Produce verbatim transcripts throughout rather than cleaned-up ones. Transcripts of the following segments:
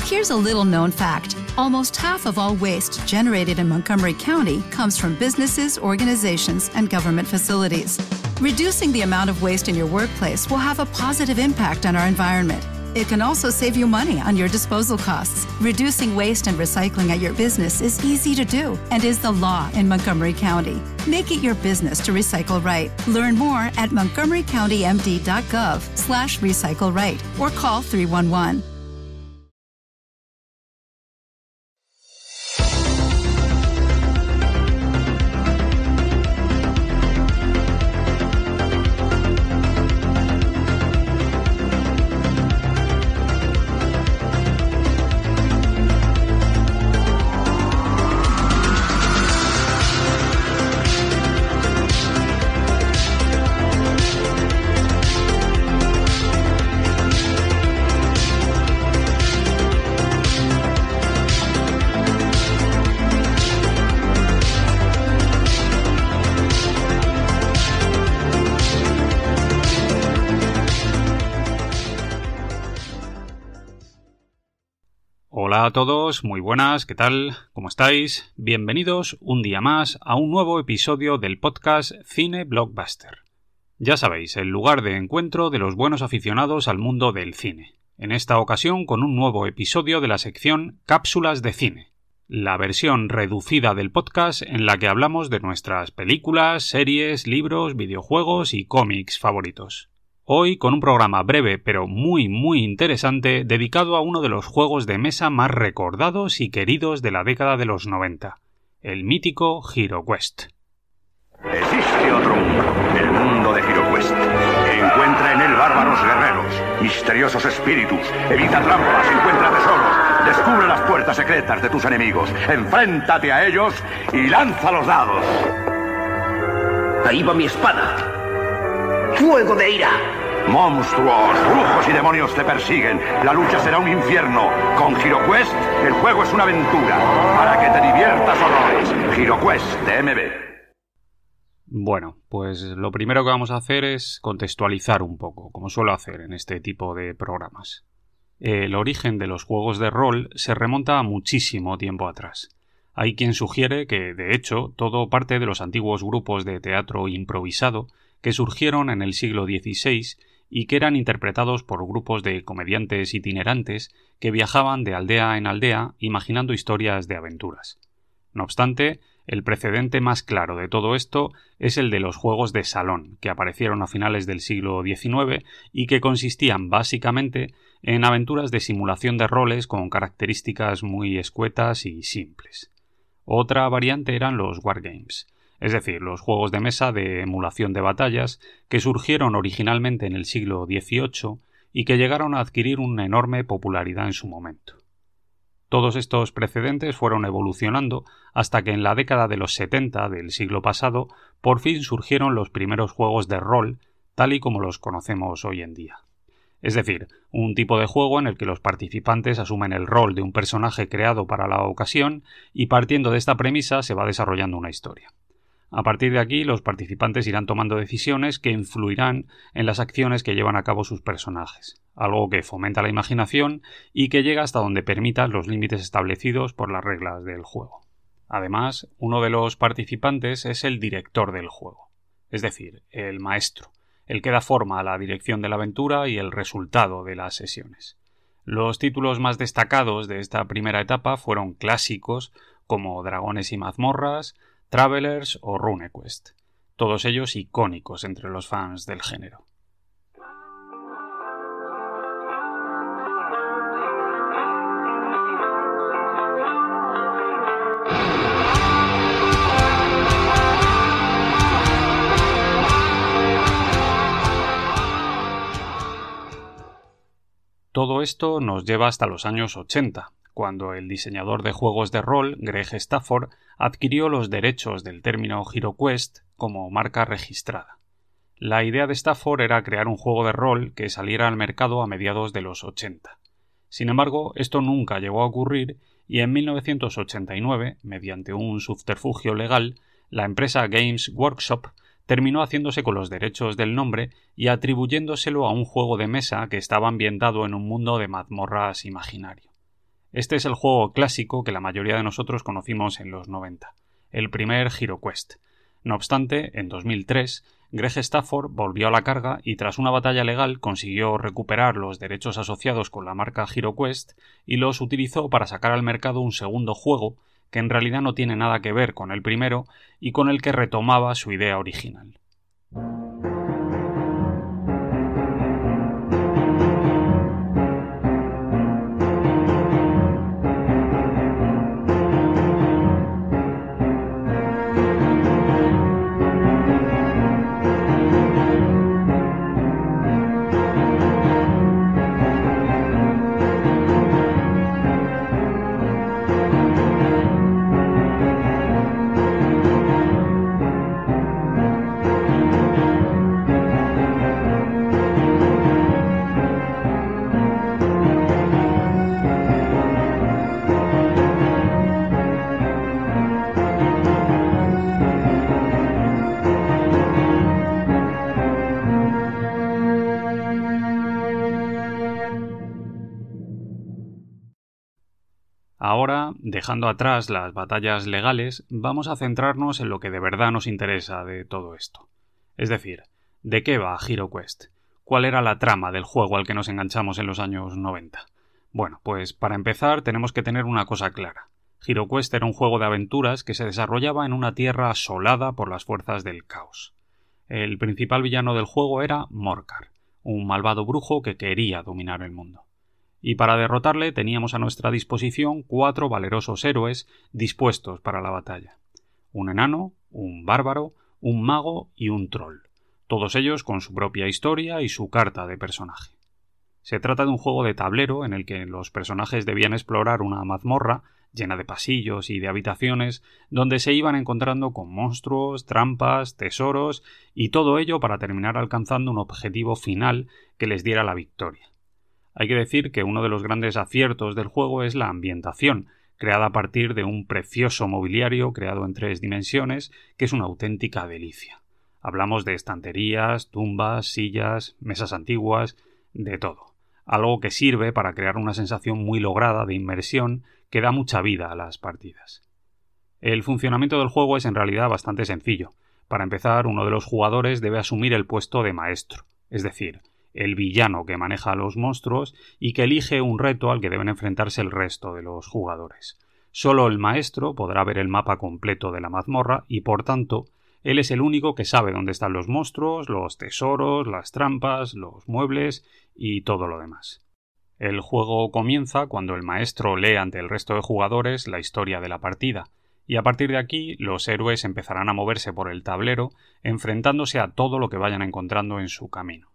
Here's a little-known fact. Almost half of all waste generated in Montgomery County comes from businesses, organizations, and government facilities. Reducing the amount of waste in your workplace will have a positive impact on our environment. It can also save you money on your disposal costs. Reducing waste and recycling at your business is easy to do and is the law in Montgomery County. Make it your business to recycle right. Learn more at montgomery county m d dot gov slash recycle right or call three one one. Hola a todos, muy buenas, ¿qué tal? ¿Cómo estáis? Bienvenidos un día más a un nuevo episodio del podcast Cine Blockbuster. Ya sabéis, el lugar de encuentro de los buenos aficionados al mundo del cine. En esta ocasión con un nuevo episodio de la sección Cápsulas de Cine, la versión reducida del podcast en la que hablamos de nuestras películas, series, libros, videojuegos y cómics favoritos. Hoy con un programa breve pero muy muy interesante dedicado a uno de los juegos de mesa más recordados y queridos de la década de los noventa, el mítico HeroQuest. Existe otro mundo, el mundo de HeroQuest. Encuentra en él bárbaros guerreros, misteriosos espíritus, evita trampas, encuentra tesoros, descubre las puertas secretas de tus enemigos, enfréntate a ellos y lanza los dados. Ahí va mi espada. ¡Fuego de ira! Monstruos, brujos y demonios te persiguen. La lucha será un infierno. Con HeroQuest, el juego es una aventura para que te diviertas horrores. HeroQuest de M B. Bueno, pues lo primero que vamos a hacer es contextualizar un poco, como suelo hacer en este tipo de programas. El origen de los juegos de rol se remonta a muchísimo tiempo atrás. Hay quien sugiere que, de hecho, todo parte de los antiguos grupos de teatro improvisado que surgieron en el siglo dieciséis y que eran interpretados por grupos de comediantes itinerantes que viajaban de aldea en aldea imaginando historias de aventuras. No obstante, el precedente más claro de todo esto es el de los juegos de salón, que aparecieron a finales del siglo diecinueve y que consistían básicamente en aventuras de simulación de roles con características muy escuetas y simples. Otra variante eran los wargames, es decir, los juegos de mesa de emulación de batallas que surgieron originalmente en el siglo dieciocho y que llegaron a adquirir una enorme popularidad en su momento. Todos estos precedentes fueron evolucionando hasta que en la década de los setenta del siglo pasado por fin surgieron los primeros juegos de rol tal y como los conocemos hoy en día. Es decir, un tipo de juego en el que los participantes asumen el rol de un personaje creado para la ocasión y partiendo de esta premisa se va desarrollando una historia. A partir de aquí, los participantes irán tomando decisiones que influirán en las acciones que llevan a cabo sus personajes, algo que fomenta la imaginación y que llega hasta donde permita los límites establecidos por las reglas del juego. Además, uno de los participantes es el director del juego, es decir, el maestro, el que da forma a la dirección de la aventura y el resultado de las sesiones. Los títulos más destacados de esta primera etapa fueron clásicos como Dragones y mazmorras, Travelers o RuneQuest, todos ellos icónicos entre los fans del género. Todo esto nos lleva hasta los años ochenta, cuando el diseñador de juegos de rol, Greg Stafford, adquirió los derechos del término HeroQuest como marca registrada. La idea de Stafford era crear un juego de rol que saliera al mercado a mediados de los ochenta. Sin embargo, esto nunca llegó a ocurrir y en mil novecientos ochenta y nueve, mediante un subterfugio legal, la empresa Games Workshop terminó haciéndose con los derechos del nombre y atribuyéndoselo a un juego de mesa que estaba ambientado en un mundo de mazmorras imaginario. Este es el juego clásico que la mayoría de nosotros conocimos en los noventa, el primer HeroQuest. No obstante, en dos mil tres, Greg Stafford volvió a la carga y tras una batalla legal consiguió recuperar los derechos asociados con la marca HeroQuest y los utilizó para sacar al mercado un segundo juego que en realidad no tiene nada que ver con el primero y con el que retomaba su idea original. Ahora, dejando atrás las batallas legales, vamos a centrarnos en lo que de verdad nos interesa de todo esto. Es decir, ¿de qué va HeroQuest? ¿Cuál era la trama del juego al que nos enganchamos en los años noventa? Bueno, pues para empezar tenemos que tener una cosa clara. HeroQuest era un juego de aventuras que se desarrollaba en una tierra asolada por las fuerzas del caos. El principal villano del juego era Morcar, un malvado brujo que quería dominar el mundo. Y para derrotarle teníamos a nuestra disposición cuatro valerosos héroes dispuestos para la batalla. Un enano, un bárbaro, un mago y un troll, todos ellos con su propia historia y su carta de personaje. Se trata de un juego de tablero en el que los personajes debían explorar una mazmorra llena de pasillos y de habitaciones donde se iban encontrando con monstruos, trampas, tesoros y todo ello para terminar alcanzando un objetivo final que les diera la victoria. Hay que decir que uno de los grandes aciertos del juego es la ambientación, creada a partir de un precioso mobiliario creado en tres dimensiones, que es una auténtica delicia. Hablamos de estanterías, tumbas, sillas, mesas antiguas, de todo. Algo que sirve para crear una sensación muy lograda de inmersión que da mucha vida a las partidas. El funcionamiento del juego es en realidad bastante sencillo. Para empezar, uno de los jugadores debe asumir el puesto de maestro, es decir, el villano que maneja a los monstruos y que elige un reto al que deben enfrentarse el resto de los jugadores. Solo el maestro podrá ver el mapa completo de la mazmorra y, por tanto, él es el único que sabe dónde están los monstruos, los tesoros, las trampas, los muebles y todo lo demás. El juego comienza cuando el maestro lee ante el resto de jugadores la historia de la partida, y a partir de aquí los héroes empezarán a moverse por el tablero, enfrentándose a todo lo que vayan encontrando en su camino.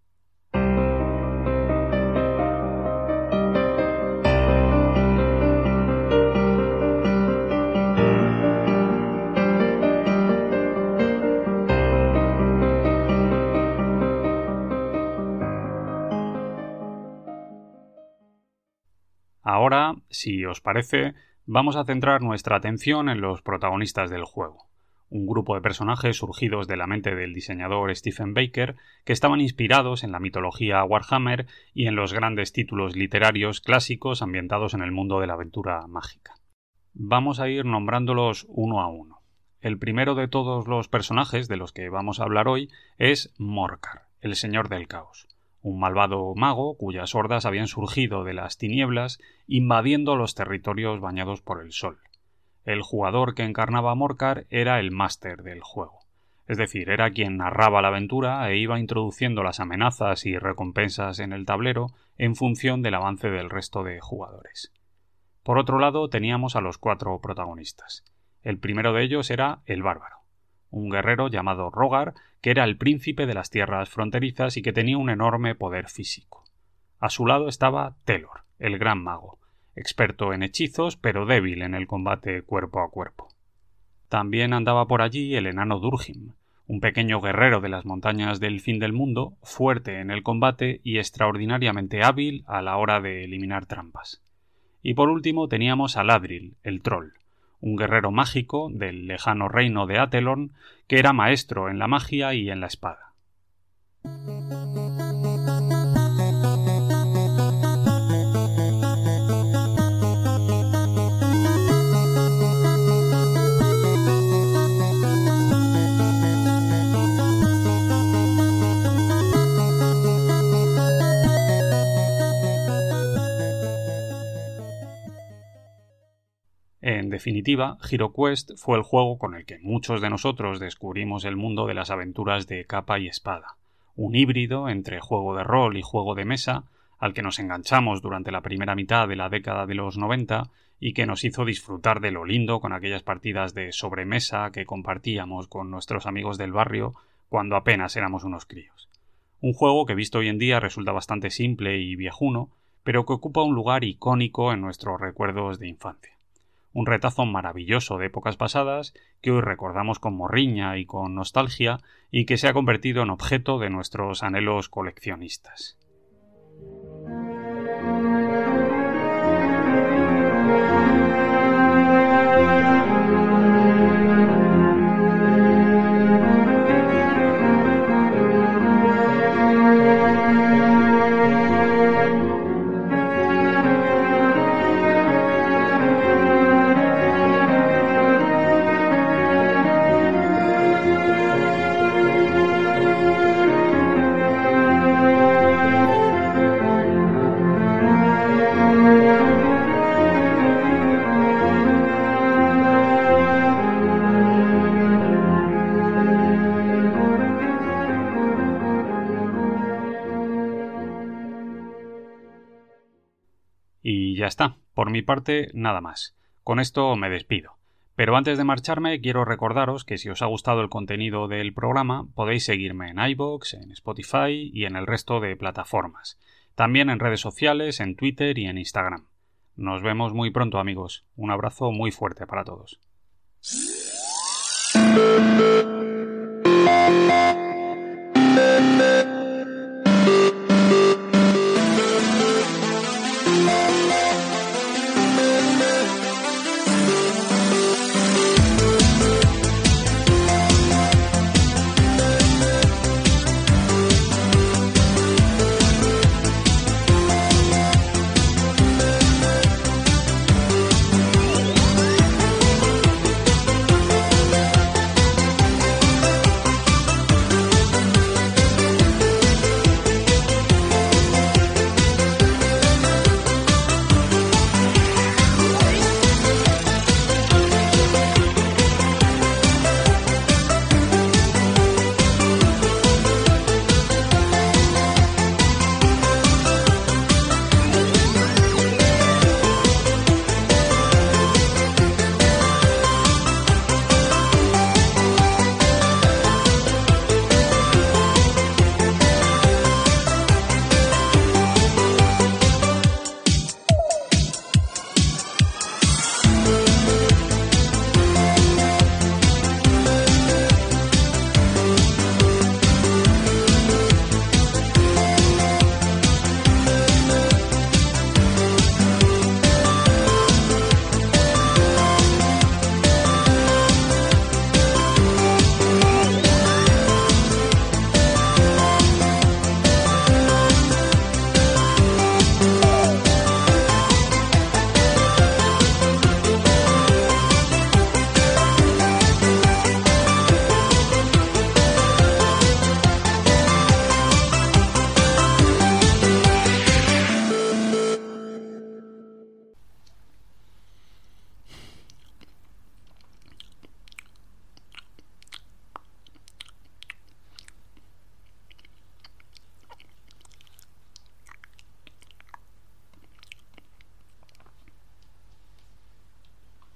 Ahora, si os parece, vamos a centrar nuestra atención en los protagonistas del juego. Un grupo de personajes surgidos de la mente del diseñador Stephen Baker que estaban inspirados en la mitología Warhammer y en los grandes títulos literarios clásicos ambientados en el mundo de la aventura mágica. Vamos a ir nombrándolos uno a uno. El primero de todos los personajes de los que vamos a hablar hoy es Morcar, el Señor del Caos. Un malvado mago cuyas hordas habían surgido de las tinieblas invadiendo los territorios bañados por el sol. El jugador que encarnaba a Morcar era el máster del juego, es decir, era quien narraba la aventura e iba introduciendo las amenazas y recompensas en el tablero en función del avance del resto de jugadores. Por otro lado teníamos a los cuatro protagonistas. El primero de ellos era el bárbaro, un guerrero llamado Rogar, que era el príncipe de las tierras fronterizas y que tenía un enorme poder físico. A su lado estaba Telor, el gran mago, experto en hechizos pero débil en el combate cuerpo a cuerpo. También andaba por allí el enano Durhim, un pequeño guerrero de las montañas del fin del mundo, fuerte en el combate y extraordinariamente hábil a la hora de eliminar trampas. Y por último teníamos a Ladril, el troll, un guerrero mágico del lejano reino de Atelorn que era maestro en la magia y en la espada. definitiva, HeroQuest fue el juego con el que muchos de nosotros descubrimos el mundo de las aventuras de capa y espada, un híbrido entre juego de rol y juego de mesa al que nos enganchamos durante la primera mitad de la década de los noventa y que nos hizo disfrutar de lo lindo con aquellas partidas de sobremesa que compartíamos con nuestros amigos del barrio cuando apenas éramos unos críos. Un juego que visto hoy en día resulta bastante simple y viejuno, pero que ocupa un lugar icónico en nuestros recuerdos de infancia. Un retazo maravilloso de épocas pasadas que hoy recordamos con morriña y con nostalgia y que se ha convertido en objeto de nuestros anhelos coleccionistas. Y ya está, por mi parte nada más. Con esto me despido. Pero antes de marcharme quiero recordaros que si os ha gustado el contenido del programa podéis seguirme en iVoox, en Spotify y en el resto de plataformas. También en redes sociales, en Twitter y en Instagram. Nos vemos muy pronto, amigos. Un abrazo muy fuerte para todos. We'll be right back.